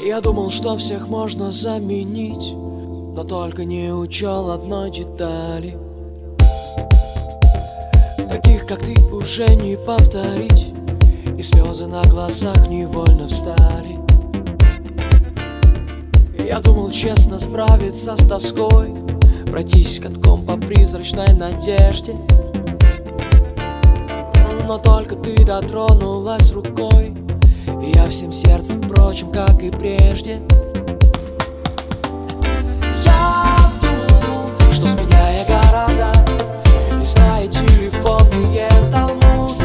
Я думал, что всех можно заменить, но только не учел одной детали. Таких, как ты, уже не повторить, и слезы на глазах невольно встали. Я думал честно справиться с тоской, пройтись катком по призрачной надежде. Но только ты дотронулась рукой, и я всем сердцем, впрочем, как и прежде. Я думал, что сменяя города, листая телефонные талмуды,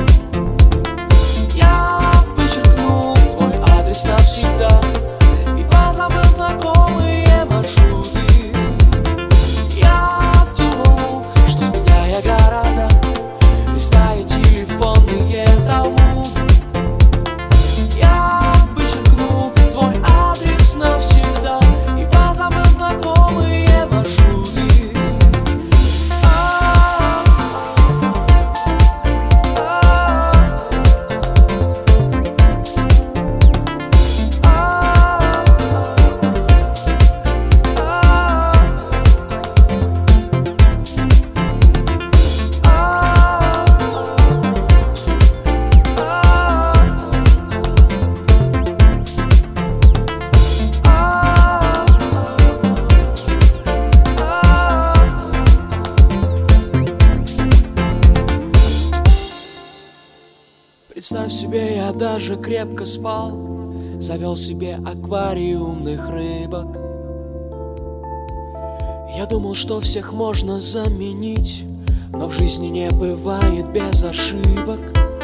я вычеркнул твой адрес навсегда и позабыл знакомые маршруты. Я думал, что сменяя города, листая телефонные талмуды, представь себе, я даже крепко спал, завел себе аквариумных рыбок. Я думал, что всех можно заменить, но в жизни не бывает без ошибок.